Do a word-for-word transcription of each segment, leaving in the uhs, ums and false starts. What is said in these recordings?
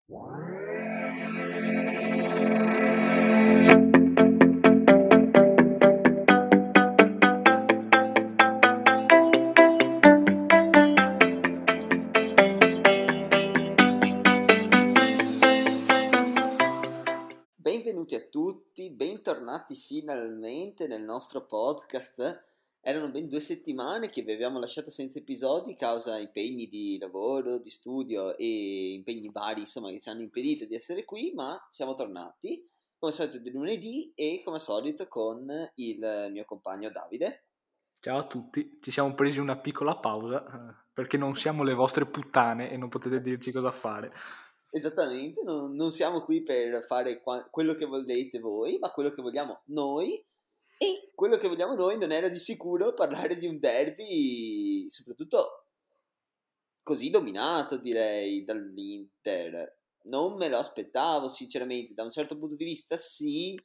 Benvenuti a tutti, bentornati finalmente nel nostro podcast. Erano ben due settimane che vi abbiamo lasciato senza episodi causa impegni di lavoro, di studio e impegni vari, insomma, che ci hanno impedito di essere qui, ma siamo tornati, come al solito di lunedì e come al solito con il mio compagno Davide. Ciao a tutti, ci siamo presi una piccola pausa eh, perché non siamo le vostre puttane e non potete dirci cosa fare. Esattamente, non, non siamo qui per fare qua- quello che volete voi, ma quello che vogliamo noi. E quello che vogliamo noi non era di sicuro parlare di un derby, soprattutto così dominato, direi, dall'Inter. Non me lo aspettavo, sinceramente, da un certo punto di vista sì,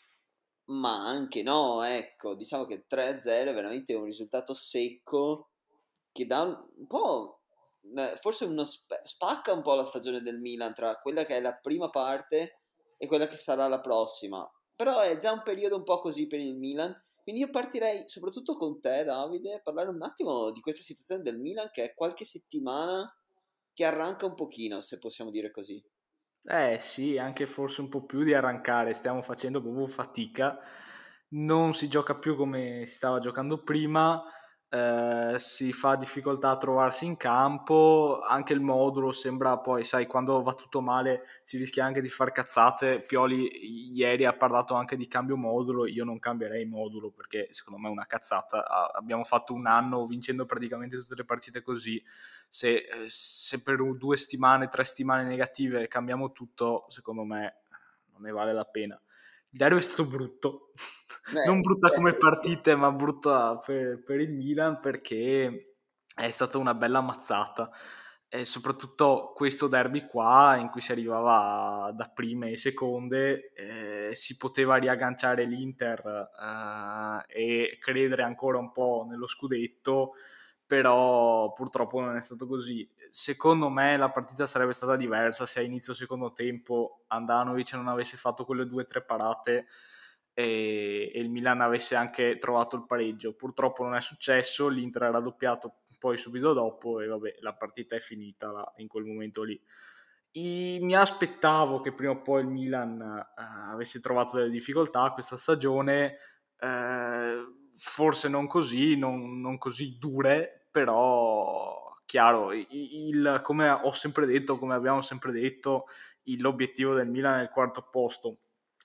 ma anche no, ecco, diciamo che tre a zero è veramente un risultato secco che dà un, un po', eh, forse uno sp- spacca un po' la stagione del Milan tra quella che è la prima parte e quella che sarà la prossima. Però è già un periodo un po' così per il Milan, quindi io partirei soprattutto con te, Davide, a parlare un attimo di questa situazione del Milan che è qualche settimana che arranca un pochino, se possiamo dire così. Eh sì, anche forse un po' più di arrancare, stiamo facendo proprio fatica, non si gioca più come si stava giocando prima, eh, si fa difficoltà a trovarsi in campo, anche il modulo sembra poi, sai, quando va tutto male si rischia anche di far cazzate. Pioli ieri ha parlato anche di cambio modulo, io non cambierei modulo perché secondo me è una cazzata. Ah, abbiamo fatto un anno vincendo praticamente tutte le partite così. Se, eh, se per due settimane, tre settimane negative cambiamo tutto, secondo me non ne vale la pena. Il derby è stato brutto, non Eh, brutta come eh, partite, ma brutta per, per il Milan perché è stata una bella mazzata. E soprattutto questo derby qua, in cui si arrivava da prime e seconde, eh, si poteva riagganciare l'Inter eh, e credere ancora un po' nello scudetto, però purtroppo non è stato così. Secondo me la partita sarebbe stata diversa se a inizio secondo tempo Andanovic non avesse fatto quelle due o tre parate e, e il Milan avesse anche trovato il pareggio. Purtroppo non è successo, l'Inter ha raddoppiato poi subito dopo e vabbè, la partita è finita là, in quel momento lì. I, mi aspettavo che prima o poi il Milan eh, avesse trovato delle difficoltà questa stagione, eh, forse non così, non, non così dure, però chiaro, il, il, come ho sempre detto, come abbiamo sempre detto, il, l'obiettivo del Milan è il quarto posto.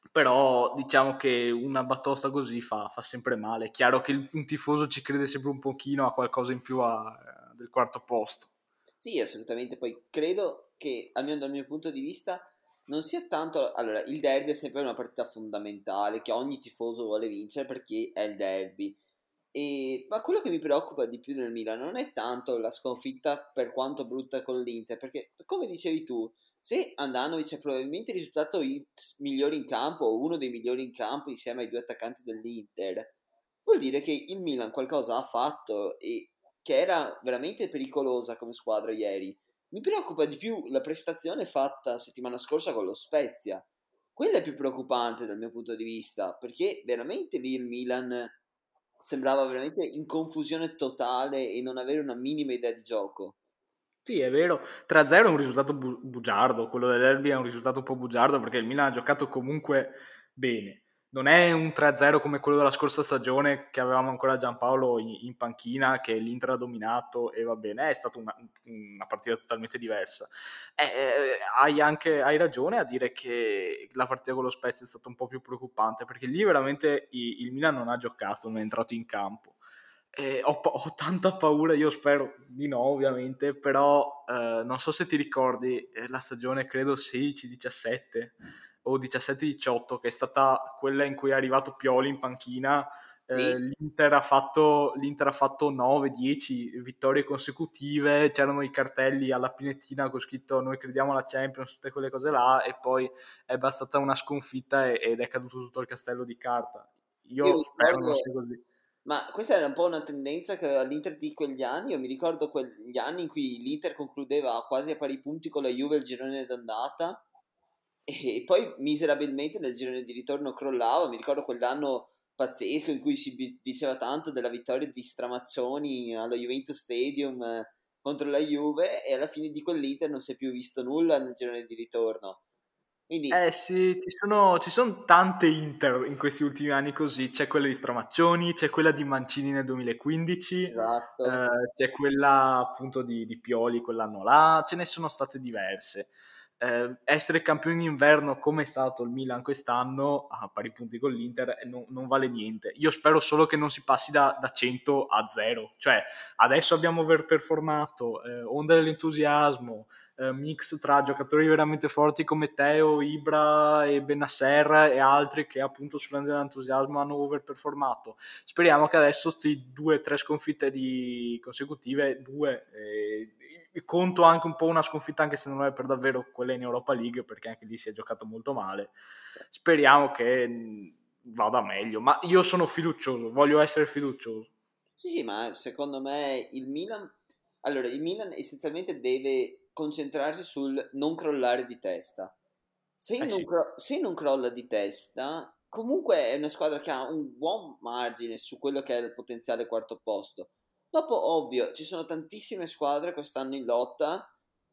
Però diciamo che una batosta così fa, fa sempre male. È chiaro che il, un tifoso ci crede sempre un pochino a qualcosa in più a, del quarto posto. Sì, assolutamente. Poi credo che, almeno dal mio punto di vista, non sia tanto. Allora, il derby è sempre una partita fondamentale che ogni tifoso vuole vincere perché è il derby. E, ma quello che mi preoccupa di più nel Milan non è tanto la sconfitta per quanto brutta con l'Inter, perché come dicevi tu, se Andanovic è probabilmente il risultato i- migliore in campo o uno dei migliori in campo insieme ai due attaccanti dell'Inter, vuol dire che il Milan qualcosa ha fatto e che era veramente pericolosa come squadra ieri. Mi preoccupa di più la prestazione fatta settimana scorsa con lo Spezia. Quella è più preoccupante dal mio punto di vista, perché veramente lì il Milan sembrava veramente in confusione totale e non avere una minima idea di gioco. Sì, è vero, tre a zero è un risultato bu- bugiardo, quello del derby è un risultato un po' bugiardo perché il Milan ha giocato comunque bene. Non è un tre a zero come quello della scorsa stagione che avevamo ancora Giampaolo in, in panchina, che l'Inter ha dominato e va bene, è stata una, una partita totalmente diversa. Eh, eh, hai anche hai ragione a dire che la partita con lo Spezia è stata un po' più preoccupante perché lì veramente i- il Milan non ha giocato, non è entrato in campo. Eh, ho, pa- ho tanta paura, io spero di no ovviamente, però eh, non so se ti ricordi eh, la stagione credo sedici diciassette o diciassette diciotto che è stata quella in cui è arrivato Pioli in panchina. eh, Sì, l'Inter ha fatto, l'Inter ha fatto nove dieci vittorie consecutive, c'erano i cartelli alla Pinettina con scritto noi crediamo alla Champions, tutte quelle cose là, e poi è bastata una sconfitta e- ed è caduto tutto il castello di carta. io Io spero non ricordo sia così. Ma questa era un po' una tendenza che aveva l'Inter di quegli anni. Io mi ricordo quegli anni in cui l'Inter concludeva quasi a pari punti con la Juve il girone d'andata e poi miserabilmente nel girone di ritorno crollava. Mi ricordo quell'anno pazzesco in cui si bi- diceva tanto della vittoria di Stramazzoni allo Juventus Stadium eh, contro la Juve e alla fine di quell'Inter non si è più visto nulla nel girone di ritorno. Quindi, Eh sì, ci sono, ci son tante Inter in questi ultimi anni così, c'è quella di Stramaccioni, c'è quella di Mancini nel duemilaquindici, esatto. eh, c'è quella appunto di, di Pioli quell'anno là, ce ne sono state diverse. Eh, essere campioni d'inverno come è stato il Milan quest'anno, a pari punti con l'Inter, eh, non, non vale niente. Io spero solo che non si passi da, da cento a zero, cioè adesso abbiamo overperformato, eh, onda dell'entusiasmo, eh, mix tra giocatori veramente forti come Teo, Ibra e Benasser e altri che appunto sull'onda dell'entusiasmo hanno overperformato. Speriamo che adesso questi due o tre sconfitte di consecutive, due, eh, conto anche un po' una sconfitta anche se non è per davvero quella in Europa League perché anche lì si è giocato molto male. Speriamo che mh, vada meglio, ma io sono fiducioso, voglio essere fiducioso. Sì, sì, ma secondo me il Milan, allora il Milan essenzialmente deve concentrarsi sul non crollare di testa. Se Eh non, sì. cro- se non crolla di testa, comunque è una squadra che ha un buon margine su quello che è il potenziale quarto posto. Dopo, ovvio, ci sono tantissime squadre quest'anno in lotta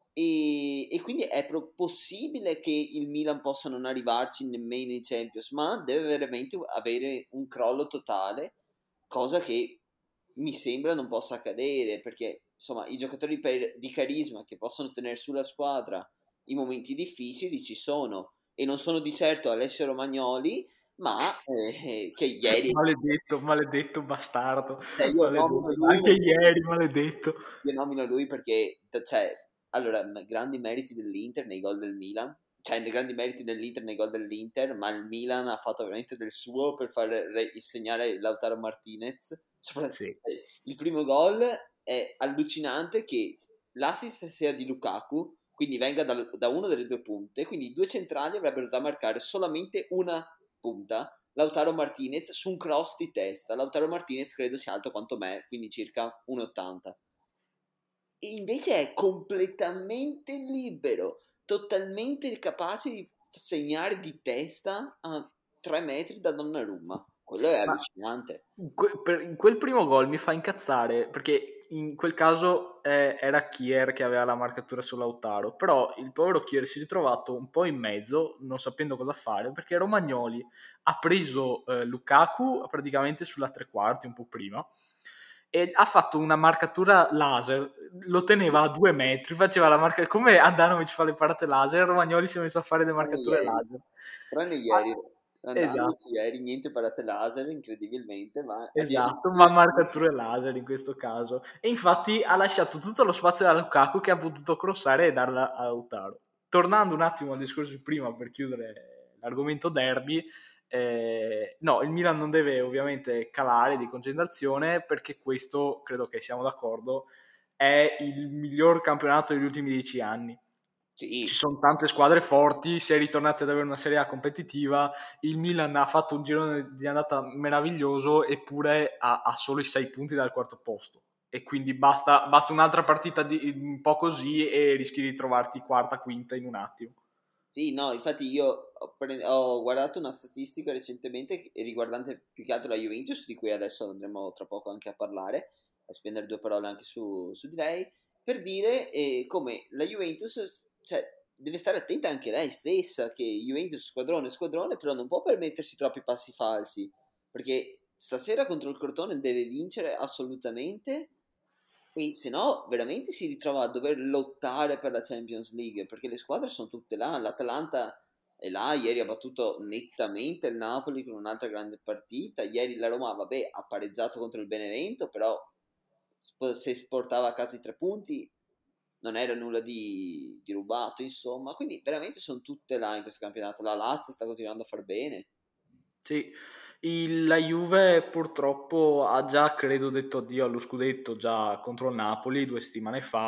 e, e quindi è pro- possibile che il Milan possa non arrivarci nemmeno in Champions, ma deve veramente avere un crollo totale, cosa che mi sembra non possa accadere, perché insomma i giocatori per- di carisma che possono tenere sulla squadra i momenti difficili ci sono, e non sono di certo Alessio Romagnoli, ma eh, che ieri, Maledetto, maledetto bastardo, cioè io nomino maledetto, lui anche perché ieri, maledetto. io nomino lui perché, cioè, allora, m- grandi meriti dell'Inter nei gol del Milan, cioè, nei grandi meriti dell'Inter nei gol dell'Inter, ma il Milan ha fatto veramente del suo per far re- segnare Lautaro Martinez. Sopra- Sì. eh, il primo gol è allucinante che l'assist sia di Lukaku, quindi venga dal- da una delle due punte, quindi i due centrali avrebbero da marcare solamente una punta. Lautaro Martinez su un cross di testa. Lautaro Martinez credo sia alto quanto me, quindi circa uno e ottanta. E invece è completamente libero, totalmente capace di segnare di testa a tre metri da Donnarumma. Quello è Ma allucinante. in que- per- in quel primo gol mi fa incazzare perché in quel caso eh, era Kier che aveva la marcatura su Lautaro, però il povero Kier si è ritrovato un po' in mezzo, non sapendo cosa fare, perché Romagnoli ha preso eh, Lukaku praticamente sulla tre quarti, un po' prima, e ha fatto una marcatura laser, lo teneva a due metri, faceva la marca come Andanovic fa le parate laser, Romagnoli si è messo a fare le Tranne marcature ieri, laser. tranne ieri, Ah, esatto. Andanovic ieri, niente parate laser, incredibilmente, ma abbiamo Esatto, visto ma due... marcature laser in questo caso. E infatti ha lasciato tutto lo spazio a Lukaku che ha potuto crossare e darla a Lautaro. Tornando un attimo al discorso di prima per chiudere l'argomento derby, eh, no, il Milan non deve ovviamente calare di concentrazione perché questo, credo che siamo d'accordo, è il miglior campionato degli ultimi dieci anni. Ci Sì, sono tante squadre forti, si è ritornati ad avere una Serie A competitiva, il Milan ha fatto un girone di andata meraviglioso eppure ha, ha solo i sei punti dal quarto posto e quindi basta, basta un'altra partita di, un po' così e rischi di trovarti quarta, quinta in un attimo. sì, no, infatti io ho, pre- ho guardato una statistica recentemente che- riguardante più che altro la Juventus, di cui adesso andremo tra poco anche a parlare, a spendere due parole anche su, su di lei, per dire eh, come la Juventus, cioè, deve stare attenta anche lei stessa, che Juventus squadrone squadrone, però non può permettersi troppi passi falsi, perché stasera contro il Crotone deve vincere assolutamente e se no, veramente si ritrova a dover lottare per la Champions League, perché le squadre sono tutte là. L'Atalanta è là, ieri ha battuto nettamente il Napoli con un'altra grande partita. Ieri la Roma, vabbè, ha pareggiato contro il Benevento, però sp- se sportava a casa i tre punti non era nulla di, di rubato, insomma. Quindi veramente sono tutte là in questo campionato. La Lazio sta continuando a far bene. Sì, il- la Juve purtroppo ha già, credo, detto addio allo scudetto già contro il Napoli due settimane fa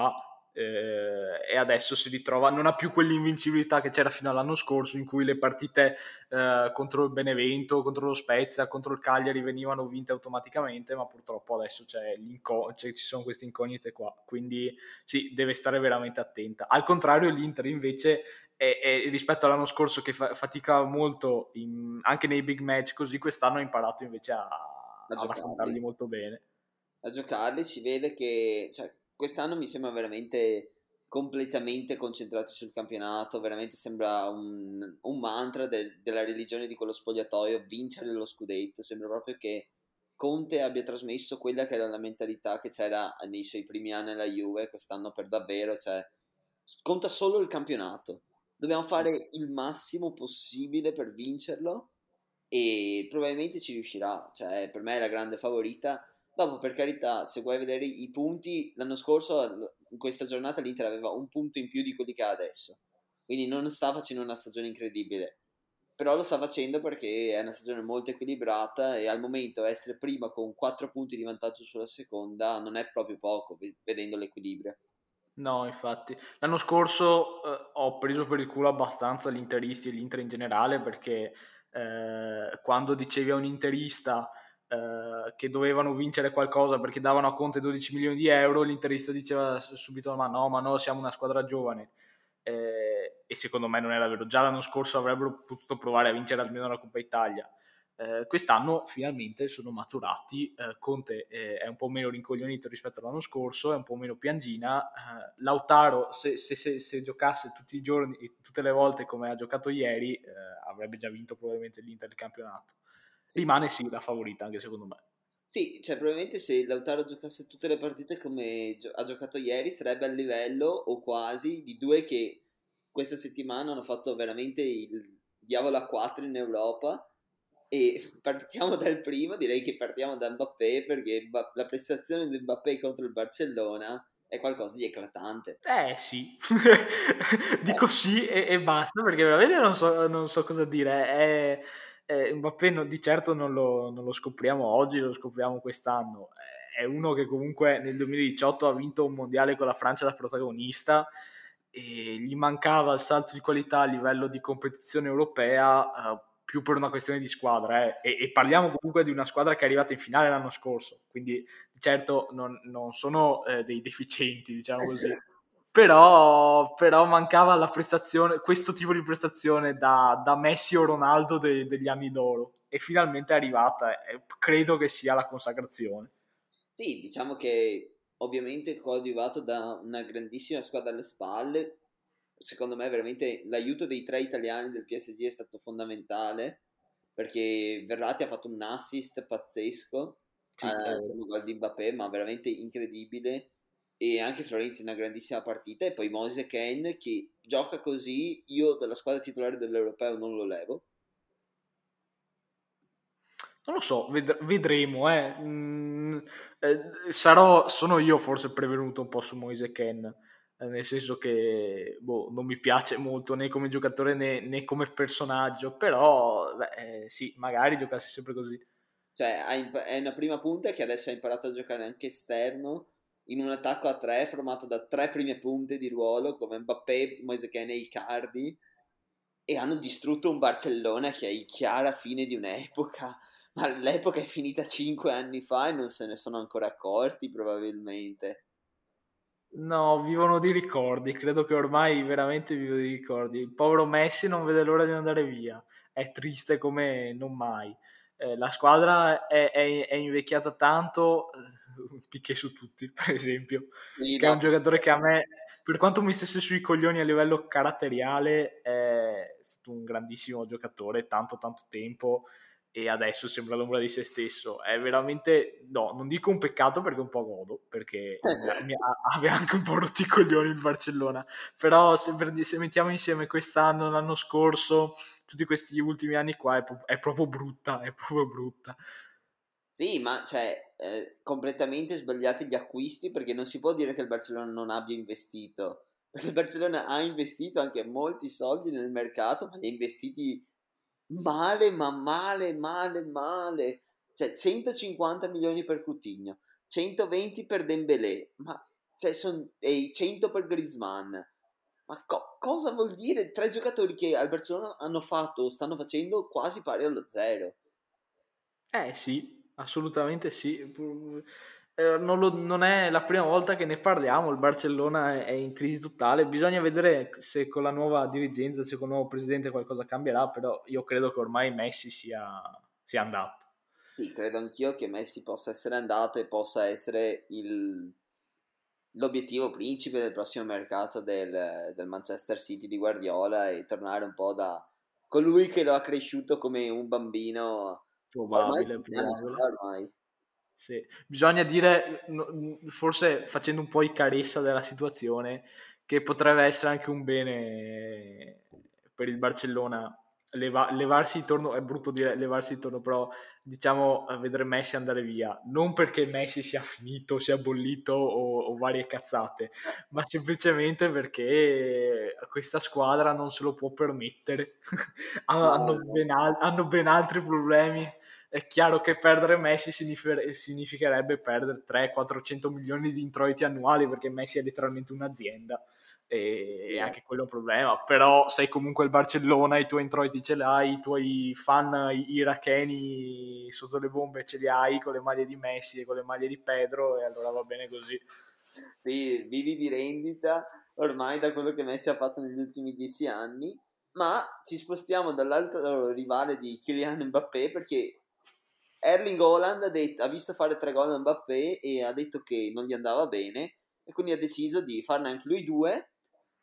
eh, e adesso si ritrova, non ha più quell'invincibilità che c'era fino all'anno scorso, in cui le partite eh, contro il Benevento, contro lo Spezia, contro il Cagliari venivano vinte automaticamente, ma purtroppo adesso c'è l'inco- c'è, ci sono queste incognite qua, quindi sì, deve stare veramente attenta. Al contrario l'Inter invece è, è, rispetto all'anno scorso che fa- faticava molto in, anche nei big match, così quest'anno ha imparato invece a, a ad affrontarli giocarli. molto bene. A giocarli si vede che, cioè, quest'anno mi sembra veramente completamente concentrati sul campionato, veramente sembra un, un mantra del- della religione di quello spogliatoio, vincere lo scudetto, sembra proprio che Conte abbia trasmesso quella che era la mentalità che c'era nei suoi primi anni alla Juve, quest'anno per davvero, cioè, conta solo il campionato, dobbiamo Sì. fare il massimo possibile per vincerlo e probabilmente ci riuscirà, cioè per me è la grande favorita. Dopo, per carità, se vuoi vedere i punti, l'anno scorso in questa giornata l'Inter aveva un punto in più di quelli che ha adesso, quindi non sta facendo una stagione incredibile, però lo sta facendo perché è una stagione molto equilibrata e al momento essere prima con quattro punti di vantaggio sulla seconda non è proprio poco, vedendo l'equilibrio. No, infatti. L'anno scorso eh, ho preso per il culo abbastanza gli interisti e l'Inter in generale perché eh, quando dicevi a un interista eh, che dovevano vincere qualcosa perché davano a Conte dodici milioni di euro, l'interista diceva subito ma no, ma no, siamo una squadra giovane. Eh, e secondo me non era vero. Già l'anno scorso avrebbero potuto provare a vincere almeno la Coppa Italia. Eh, quest'anno finalmente sono maturati, eh, Conte eh, è un po' meno rincoglionito rispetto all'anno scorso, è un po' meno piangina, eh, Lautaro se, se, se, se giocasse tutti i giorni e tutte le volte come ha giocato ieri eh, avrebbe già vinto probabilmente l'Inter il campionato. Sì. Rimane sì la favorita anche secondo me. Sì, cioè probabilmente se Lautaro giocasse tutte le partite come gio- ha giocato ieri sarebbe al livello o quasi di due che questa settimana hanno fatto veramente il diavolo a quattro in Europa e partiamo dal primo, direi che partiamo da Mbappé perché Mba- la prestazione di Mbappé contro il Barcellona è qualcosa di eclatante. Eh sì, Eh, dico sì e, e basta perché veramente non so, non so cosa dire. È, è, Mbappé no- di certo non lo, non lo scopriamo oggi, lo scopriamo quest'anno. È uno che comunque nel duemiladiciotto ha vinto un mondiale con la Francia da protagonista e gli mancava il salto di qualità a livello di competizione europea, eh, più per una questione di squadra. eh. E, e parliamo comunque di una squadra che è arrivata in finale l'anno scorso, quindi certo non, non sono eh, dei deficienti, diciamo così. Però, però mancava la prestazione, questo tipo di prestazione da, da Messi o Ronaldo de- degli anni d'oro e finalmente è arrivata e credo che sia la consacrazione. Sì, diciamo che ovviamente coadiuvato da una grandissima squadra alle spalle, secondo me veramente l'aiuto dei tre italiani del P S G è stato fondamentale perché Verratti ha fatto un assist pazzesco Sì, è al vero. primo gol di Mbappé, ma veramente incredibile, e anche Florenzi una grandissima partita e poi Moise Kean che gioca così, io dalla squadra titolare dell'Europeo non lo levo. Non lo so, ved- vedremo. Eh. Mm, eh, sarò, sono io forse prevenuto un po' su Moise Ken, eh, nel senso che boh, non mi piace molto né come giocatore né, né come personaggio, però beh, eh, sì, magari giocasse sempre così. Cioè ha imp- è una prima punta che adesso ha imparato a giocare anche esterno in un attacco a tre formato da tre prime punte di ruolo come Mbappé, Moise Kean e Icardi, e hanno distrutto un Barcellona che è in chiara fine di un'epoca, ma l'epoca è finita cinque anni fa e non se ne sono ancora accorti probabilmente. No, vivono di ricordi, credo che ormai veramente vivo di ricordi. Il povero Messi non vede l'ora di andare via, è triste come non mai. Eh, la squadra è, è- è invecchiata tanto, eh, Piqué su tutti, per esempio, Sì, che è no, un giocatore che a me, per quanto mi stesse sui coglioni a livello caratteriale, è stato un grandissimo giocatore, tanto tanto tempo, e adesso sembra l'ombra di se stesso. È veramente, no, non dico un peccato perché un po' godo, perché mi, ha- mi ha- aveva anche un po' rotto i coglioni il Barcellona, però se, per- se mettiamo insieme quest'anno, l'anno scorso, tutti questi ultimi anni qua, è, pro- è proprio brutta, è proprio brutta. sì, ma cioè, eh, completamente sbagliati gli acquisti perché non si può dire che il Barcellona non abbia investito, perché il Barcellona ha investito anche molti soldi nel mercato, ma li ha investiti male, ma male, male, male. Cioè, centocinquanta milioni per Coutinho, centoventi per Dembélé, ma cioè sono e cento per Griezmann. Ma co- cosa vuol dire? Tre giocatori che al Barcellona hanno fatto o stanno facendo quasi pari allo zero. Eh sì, assolutamente sì. Eh, non, lo- non è la prima volta che ne parliamo, il Barcellona è, è in crisi totale, bisogna vedere se con la nuova dirigenza, se con il nuovo presidente qualcosa cambierà, però io credo che ormai Messi sia, sia andato. Sì, credo anch'io che Messi possa essere andato e possa essere il- l'obiettivo principe del prossimo mercato del, del Manchester City di Guardiola e tornare un po' da colui che lo ha cresciuto come un bambino ormai Probabile, tanti anni probabile. fa ormai. Sì. Bisogna dire, no- forse facendo un po' i caressa della situazione, che potrebbe essere anche un bene per il Barcellona leva- levarsi intorno, è brutto dire levarsi intorno, però diciamo a vedere Messi andare via, non perché Messi sia finito, sia bollito o, o varie cazzate, ma semplicemente perché questa squadra non se lo può permettere. hanno, No, hanno no. ben al- hanno ben altri problemi. È chiaro che perdere Messi significher- significherebbe perdere trecento quattrocento milioni di introiti annuali, perché Messi è letteralmente un'azienda e Sì, anche ass- quello è un problema. Però sei comunque il Barcellona, i tuoi introiti ce l'hai, i tuoi fan iracheni sotto le bombe ce li hai con le maglie di Messi e con le maglie di Pedro, e allora va bene così. sì, vivi di rendita ormai da quello che Messi ha fatto negli ultimi dieci anni, ma ci spostiamo dall'altro rivale di Kylian Mbappé perché Erling Haaland ha, detto- ha visto fare tre gol a Mbappé e ha detto che non gli andava bene e quindi ha deciso di farne anche lui due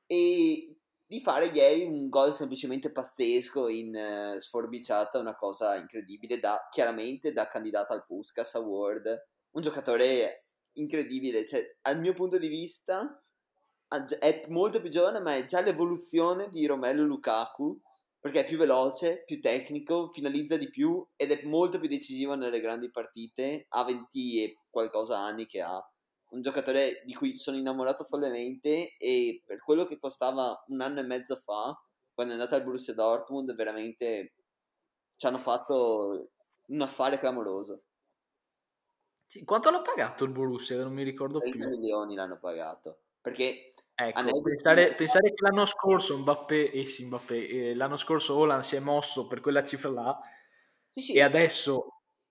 e di fare ieri un gol semplicemente pazzesco in eh, sforbiciata, una cosa incredibile, da, chiaramente da candidato al Puskás Award, un giocatore incredibile, cioè dal mio punto di vista ha gi- è molto più giovane ma è già l'evoluzione di Romelu Lukaku perché è più veloce, più tecnico, finalizza di più ed è molto più decisivo nelle grandi partite, ha venti e qualcosa anni che ha un giocatore di cui sono innamorato follemente e per quello che costava un anno e mezzo fa, quando è andato al Borussia Dortmund, veramente ci hanno fatto un affare clamoroso. Sì, quanto l'ha pagato il Borussia? Che non mi ricordo trenta più. milioni l'hanno pagato, perché Ecco, aneddoti di pensare, mercato. pensare che l'anno scorso Mbappé, eh sì, Mbappé, eh, l'anno scorso Haaland si è mosso per quella cifra là Sì, e sì, adesso.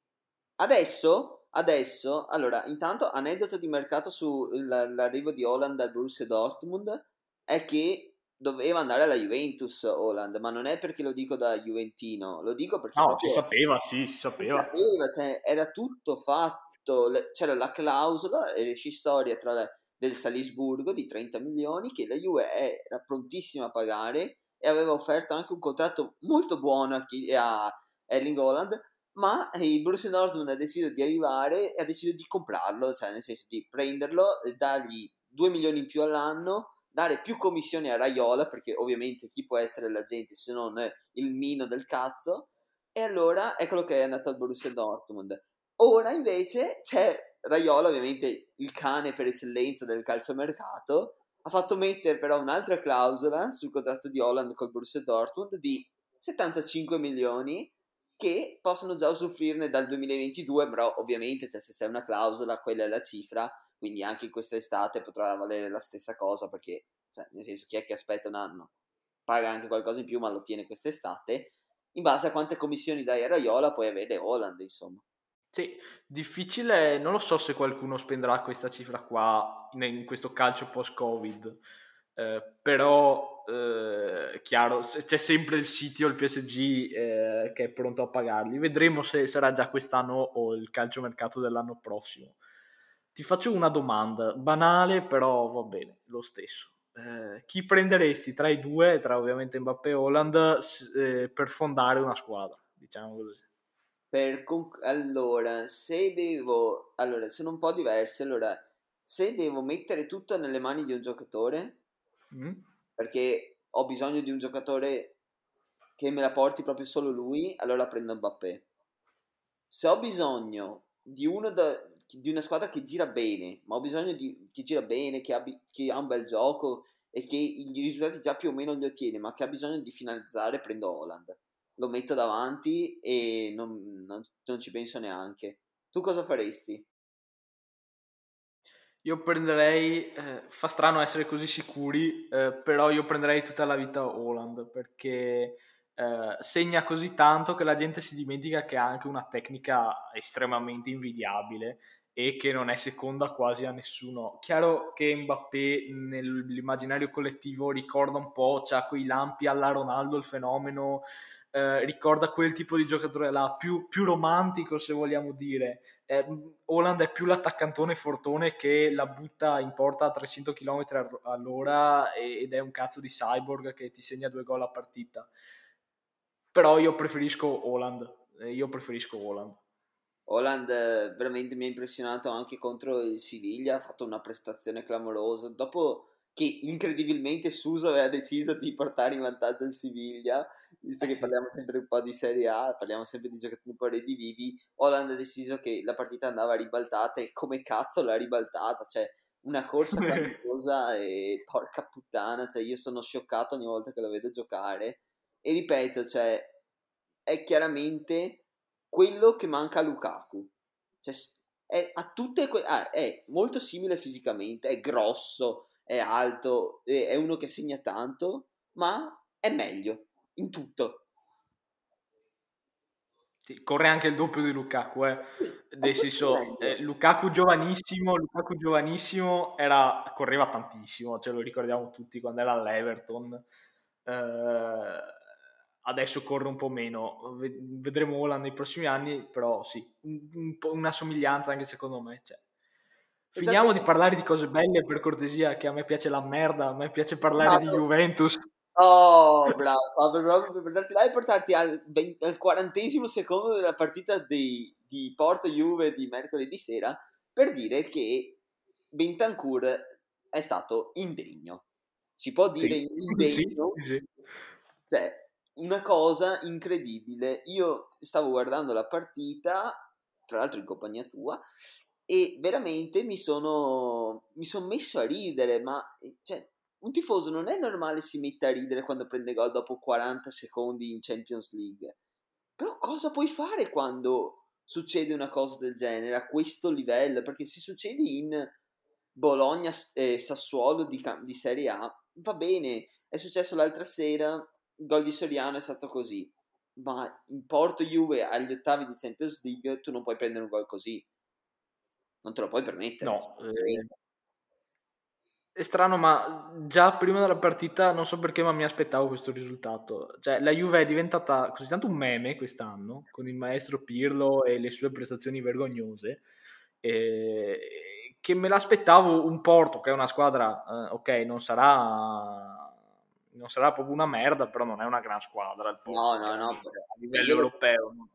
adesso, adesso, allora, intanto aneddoto di mercato sull'arrivo di Haaland al Borussia Dortmund è che doveva andare alla Juventus Haaland, ma non è perché lo dico da juventino, lo dico perché No, si proprio sapeva, sì, si si sapeva. sapeva, cioè, era tutto fatto, le- c'era la clausola rescissoria tra la- del Salisburgo di trenta milioni che la Juve era prontissima a pagare e aveva offerto anche un contratto molto buono a, chi- a Erling Haaland, ma il Borussia Dortmund ha deciso di arrivare e ha deciso di comprarlo, cioè nel senso di prenderlo e dargli due milioni in più all'anno, dare più commissioni a Raiola, perché ovviamente chi può essere l'agente se non il mino del cazzo, e allora eccolo che è andato al Borussia Dortmund. Ora invece c'è Raiola, ovviamente il cane per eccellenza del calciomercato, ha fatto mettere però un'altra clausola sul contratto di Holland col Borussia Dortmund di settantacinque milioni che possono già usufruirne dal duemilaventidue, però ovviamente cioè, se c'è una clausola quella è la cifra, quindi anche in quest'estate potrà valere la stessa cosa perché, cioè, nel senso, chi è che aspetta un anno paga anche qualcosa in più ma lo ottiene quest'estate in base a quante commissioni dai a Raiola puoi avere Holland, insomma. Sì, difficile, non lo so se qualcuno spenderà questa cifra qua in, in questo calcio post-Covid, eh, però eh, è chiaro, c- c'è sempre il City o il P S G eh, che è pronto a pagarli. Vedremo se sarà già quest'anno o il calciomercato dell'anno prossimo. Ti faccio una domanda, banale, però va bene, lo stesso. Eh, chi prenderesti tra i due, tra ovviamente Mbappé e Holland, s- eh, per fondare una squadra, diciamo così? Per conc- allora, se devo... Allora, sono un po' diversi. Allora, se devo mettere tutto nelle mani di un giocatore, Mm? perché ho bisogno di un giocatore che me la porti proprio solo lui, allora prendo Mbappé. Se ho bisogno di uno da- di una squadra che gira bene, ma ho bisogno di che gira bene, che, abbi- che ha un bel gioco e che i risultati già più o meno li ottiene, ma che ha bisogno di finalizzare, prendo Holland. Lo metto davanti e non, non- non ci penso neanche. Tu cosa faresti? Io prenderei, eh, fa strano essere così sicuri, eh, però io prenderei tutta la vita Haaland perché eh, segna così tanto che la gente si dimentica che ha anche una tecnica estremamente invidiabile e che non è seconda quasi a nessuno. Chiaro che Mbappé nell'immaginario collettivo ricorda un po', c'ha quei lampi alla Ronaldo, il fenomeno, eh, ricorda quel tipo di giocatore là, più, più romantico se vogliamo dire. Eh, Haaland è più l'attaccantone fortone che la butta in porta a trecento chilometri all'ora ed è un cazzo di cyborg che ti segna due gol a partita. Però io preferisco Haaland, eh, io preferisco Haaland. Haaland eh, veramente mi ha impressionato anche contro il Siviglia, ha fatto una prestazione clamorosa, dopo che incredibilmente Suso aveva deciso di portare in vantaggio il Siviglia, visto Eh che sì. parliamo sempre un po' di Serie A, parliamo sempre di giocatori un po' redivivi, Haaland ha deciso che la partita andava ribaltata e come cazzo l'ha ribaltata, cioè una corsa clamorosa e porca puttana, cioè io sono scioccato ogni volta che lo vedo giocare e ripeto, cioè è chiaramente quello che manca a Lukaku, cioè è, a tutte que- ah, è molto simile fisicamente, è grosso, è alto, è, è uno che segna tanto, ma è meglio in tutto. Sì, corre anche il doppio di Lukaku, eh. Sì, è Nel tutto senso, eh, meglio. Lukaku giovanissimo, Lukaku giovanissimo era, correva tantissimo, ce lo ricordiamo tutti quando era all'Everton. Eh, adesso corre un po' meno, Ve- vedremo Haaland nei prossimi anni, però sì, un, un po' una somiglianza anche secondo me c'è. Finiamo di Esattamente. parlare di cose belle per cortesia, che a me piace la merda, a me piace parlare di Esatto. Juventus. Oh, bravo, stavo proprio per portarti là e portarti al, vein- al quarantesimo secondo della partita di, di Porto-Juve di mercoledì sera per dire che Bentancur è stato indegno. Si può Sì, dire sì, indegno? sì, sì. Cioè, una cosa incredibile. Io stavo guardando la partita, tra l'altro in compagnia tua, e veramente mi sono, mi sono messo a ridere, ma eh, cioè, un tifoso non è normale si metta a ridere quando prende gol dopo quaranta secondi in Champions League. Però cosa puoi fare quando succede una cosa del genere a questo livello? Perché se succede in Bologna e Sassuolo di, cam- di Serie A, va bene. È successo l'altra sera, il gol di Soriano è stato così. Ma in Porto Juve agli ottavi di Champions League tu non puoi prendere un gol così. Non te lo puoi permettere, No, eh, semplicemente. è strano, ma già prima della partita non so perché, ma mi aspettavo questo risultato. Cioè, la Juve è diventata così tanto un meme quest'anno, con il maestro Pirlo e le sue prestazioni vergognose, eh, che me l'aspettavo un Porto, che è una squadra, eh, ok, non sarà, non sarà proprio una merda, però non è una gran squadra il No, Porto, no, no. chiaramente, a Cioè, livello io lo... europeo. No?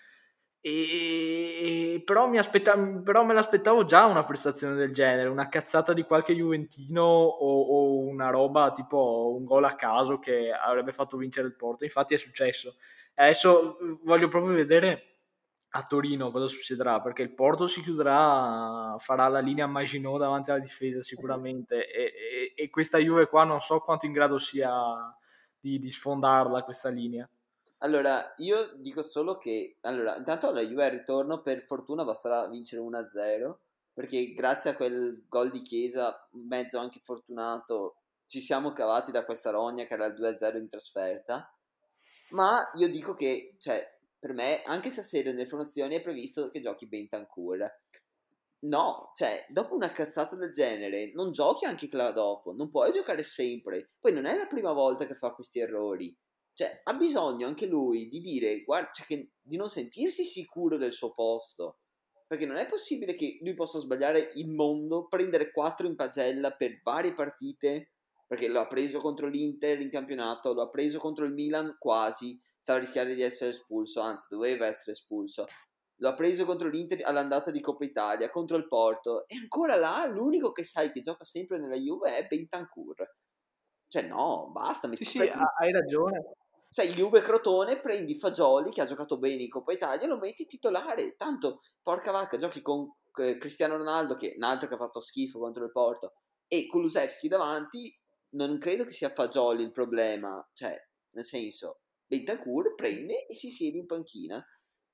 E, però, mi aspetta, però me l'aspettavo già una prestazione del genere, una cazzata di qualche Juventino o, o una roba tipo un gol a caso che avrebbe fatto vincere il Porto. Infatti è successo. Adesso voglio proprio vedere a Torino cosa succederà, perché il Porto si chiuderà, farà la linea Maginot davanti alla difesa sicuramente e, e, e questa Juve qua non so quanto in grado sia di, di sfondarla questa linea. Allora, io dico solo che, allora, intanto la Juve al ritorno per fortuna basterà vincere uno a zero, perché grazie a quel gol di Chiesa, mezzo anche fortunato, ci siamo cavati da questa rogna che era il due a zero in trasferta, ma io dico che, cioè, per me, anche stasera nelle formazioni è previsto che giochi Bentancur. No, cioè, dopo una cazzata del genere, non giochi anche là dopo, non puoi giocare sempre. Poi non è la prima volta che fa questi errori. Cioè, ha bisogno anche lui di dire, guarda, cioè, che, di non sentirsi sicuro del suo posto. Perché non è possibile che lui possa sbagliare il mondo, prendere quattro in pagella per varie partite, perché lo ha preso contro l'Inter in campionato, lo ha preso contro il Milan quasi, stava rischiando di essere espulso, anzi doveva essere espulso. Lo ha preso contro l'Inter all'andata di Coppa Italia, contro il Porto, e ancora là l'unico che sai che gioca sempre nella Juve è Bentancur. Cioè no, basta, Sì, metti, sì, prendi, hai ragione. sei Juve Crotone, prendi Fagioli che ha giocato bene in Coppa Italia e lo metti titolare. Tanto, porca vacca, giochi con eh, Cristiano Ronaldo, che è un altro che ha fatto schifo contro il Porto, e Kulusevski davanti, non credo che sia Fagioli il problema. Cioè, nel senso, Bentancur prende e si siede in panchina.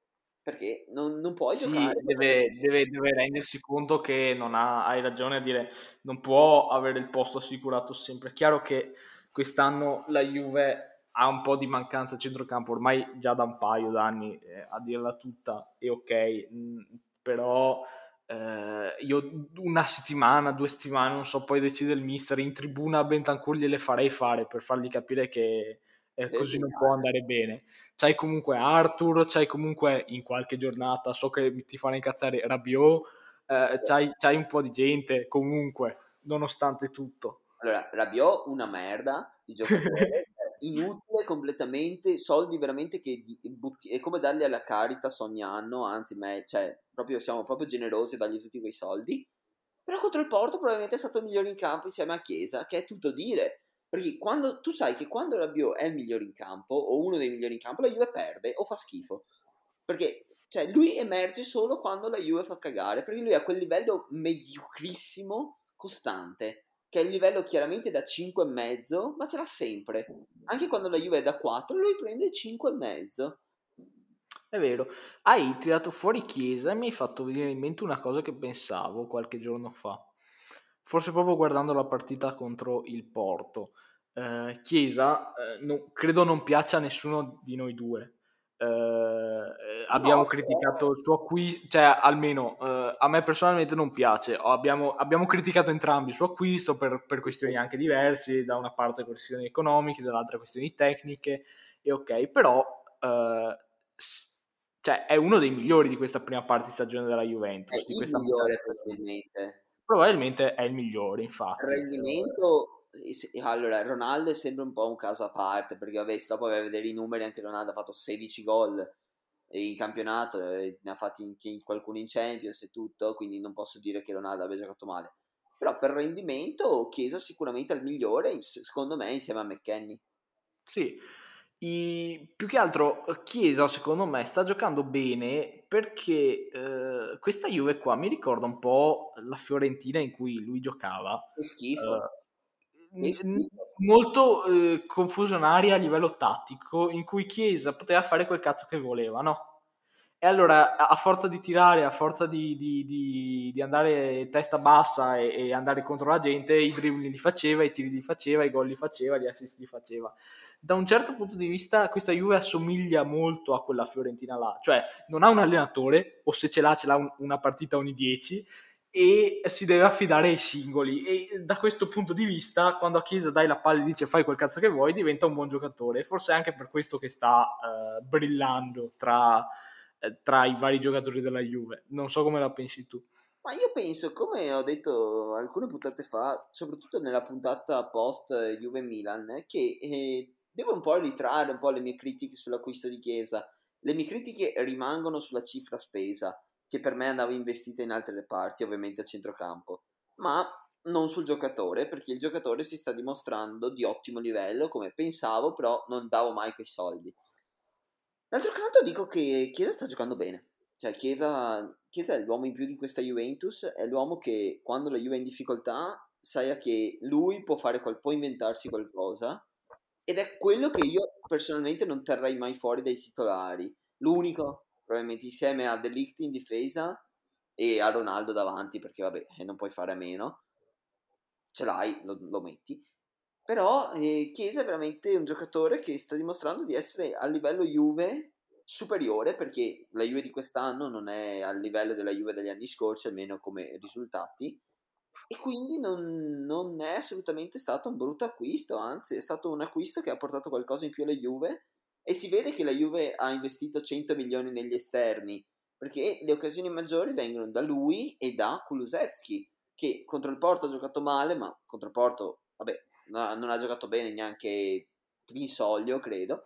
perché non, non puoi Sì, giocare. deve, deve, deve rendersi conto che non ha, hai ragione a dire, non può avere il posto assicurato sempre. È chiaro che quest'anno la Juve ha un po' di mancanza a centrocampo, ormai già da un paio d'anni, eh, a dirla tutta è ok, mh, però eh, io una settimana, due settimane, non so, poi decide il mister, in tribuna a Bentancur gliele farei fare per fargli capire che eh, È così non può geniale. andare bene. C'hai comunque Arthur, c'hai comunque in qualche giornata, so che ti fanno incazzare Rabiot, eh, c'hai, c'hai un po' di gente comunque, nonostante tutto. Allora, Rabiot una merda di giocatore, inutile completamente, soldi veramente che di- butti, è come darli alla Caritas ogni anno, anzi, me, cioè, proprio, siamo proprio generosi a dargli tutti quei soldi. Però contro il Porto probabilmente è stato il migliore in campo insieme a Chiesa, che è tutto dire. Perché quando, tu sai che quando Rabiot è il migliore in campo, o uno dei migliori in campo, la Juve perde o fa schifo. Perché cioè, lui emerge solo quando la Juve fa cagare, perché lui ha quel livello mediocrissimo, costante, che è il livello chiaramente da cinque e mezzo, ma ce l'ha sempre. Anche quando la Juve è da quattro, lui prende cinque e mezzo. È vero, hai tirato fuori Chiesa e mi hai fatto venire in mente una cosa che pensavo qualche giorno fa, forse proprio guardando la partita contro il Porto. Eh, Chiesa eh, no- credo non piaccia a nessuno di noi due. Eh, abbiamo No, però criticato il suo acquisto, cioè almeno eh, a me personalmente non piace. Abbiamo, abbiamo criticato entrambi il suo acquisto per, per questioni anche diverse, da una parte questioni economiche, dall'altra questioni tecniche, e ok, però eh, s- cioè, è uno dei migliori di questa prima parte di stagione della è Juventus, di il questa metà di migliore stagione. probabilmente. Probabilmente è il migliore, Il infatti. Eh, rendimento, eh, se- allora, Ronaldo è sempre un po' un caso a parte, perché vabbè, se dopo vai a vedere i numeri, anche Ronaldo ha fatto sedici gol in campionato, e ne ha fatti in, in- qualcuno in Champions e tutto, quindi non posso dire che Ronaldo abbia giocato male. Però per rendimento Chiesa sicuramente è il migliore, s- secondo me, insieme a McKennie. Sì, I- più che altro eh, Chiesa secondo me sta giocando bene perché eh, questa Juve qua mi ricorda un po' la Fiorentina in cui lui giocava, Che schifo, eh, che n- n- schifo. molto eh, confusionaria a livello tattico, in cui Chiesa poteva fare quel cazzo che voleva, no? E allora, a a forza di tirare, a forza di, di- di- di andare testa bassa e, e andare contro la gente, i dribbling li faceva, i tiri li faceva, i gol li faceva, gli assist li faceva. Da un certo punto di vista, questa Juve assomiglia molto a quella Fiorentina là, cioè non ha un allenatore, o se ce l'ha, ce l'ha un- una partita ogni dieci, e si deve affidare ai singoli. E da questo punto di vista, quando a Chiesa dai la palla e dice fai quel cazzo che vuoi, diventa un buon giocatore. Forse è anche per questo che sta eh, brillando tra eh, tra i vari giocatori della Juve. Non so come la pensi tu. Ma io penso, come ho detto alcune puntate fa, soprattutto nella puntata post eh, Juve-Milan, che eh, devo un po' ritrarre un po' le mie critiche sull'acquisto di Chiesa. Le mie critiche rimangono sulla cifra spesa, che per me andava investita in altre parti, ovviamente a centrocampo, ma non sul giocatore, perché il giocatore si sta dimostrando di ottimo livello, come pensavo, però non davo mai quei soldi. D'altro canto dico che Chiesa sta giocando bene. Cioè, Chiesa, Chiesa è l'uomo in più di questa Juventus, è l'uomo che quando la Juve è in difficoltà sa che lui può fare qual- può inventarsi qualcosa ed è quello che io personalmente non terrei mai fuori dai titolari. L'unico, probabilmente insieme a De Ligt in difesa e a Ronaldo davanti, perché vabbè, eh, non puoi fare a meno. Ce l'hai, lo, lo metti. Però eh, Chiesa è veramente un giocatore che sta dimostrando di essere a livello Juve superiore, perché la Juve di quest'anno non è al livello della Juve degli anni scorsi, almeno come risultati, e quindi non, non è assolutamente stato un brutto acquisto, anzi è stato un acquisto che ha portato qualcosa in più alla Juve e si vede che la Juve ha investito cento milioni negli esterni, perché le occasioni maggiori vengono da lui e da Kulusevski, che contro il Porto ha giocato male, ma contro il Porto, vabbè, no- non ha giocato bene neanche Pinsoglio, credo.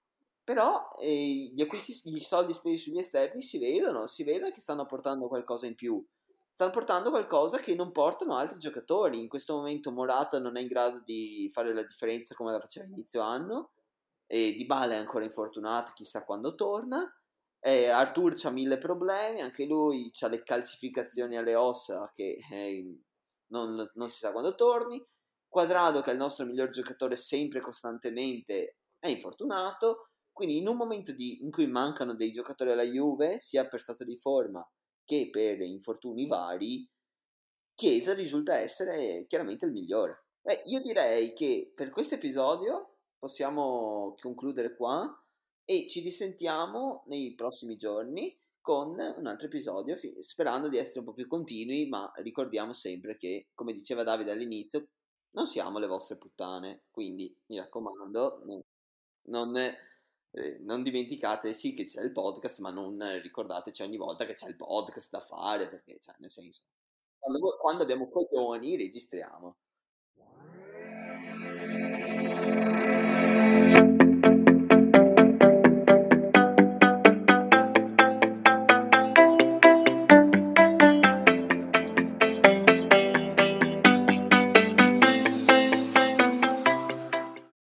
Però eh, gli acquisti, gli soldi spesi sugli esterni si vedono, si vede che stanno portando qualcosa in più. Stanno portando qualcosa che non portano altri giocatori. In questo momento Morata non è in grado di fare la differenza come la faceva a inizio anno. E Dybala è ancora infortunato, chissà quando torna. E Arthur c'ha mille problemi, anche lui ha le calcificazioni alle ossa che eh, non, non si sa quando torni. Quadrado, che è il nostro miglior giocatore sempre e costantemente, è infortunato. Quindi in un momento di, in cui mancano dei giocatori alla Juve, sia per stato di forma che per infortuni vari, Chiesa risulta essere chiaramente il migliore. Beh, io direi che per questo episodio possiamo concludere qua e ci risentiamo nei prossimi giorni con un altro episodio, fi- sperando di essere un po' più continui, ma ricordiamo sempre che, come diceva Davide all'inizio, non siamo le vostre puttane, quindi mi raccomando, no- non, eh, non dimenticate sì che c'è il podcast, ma non ricordateci ogni volta che c'è il podcast da fare, perché, cioè, nel senso, quando, quando abbiamo coglioni registriamo.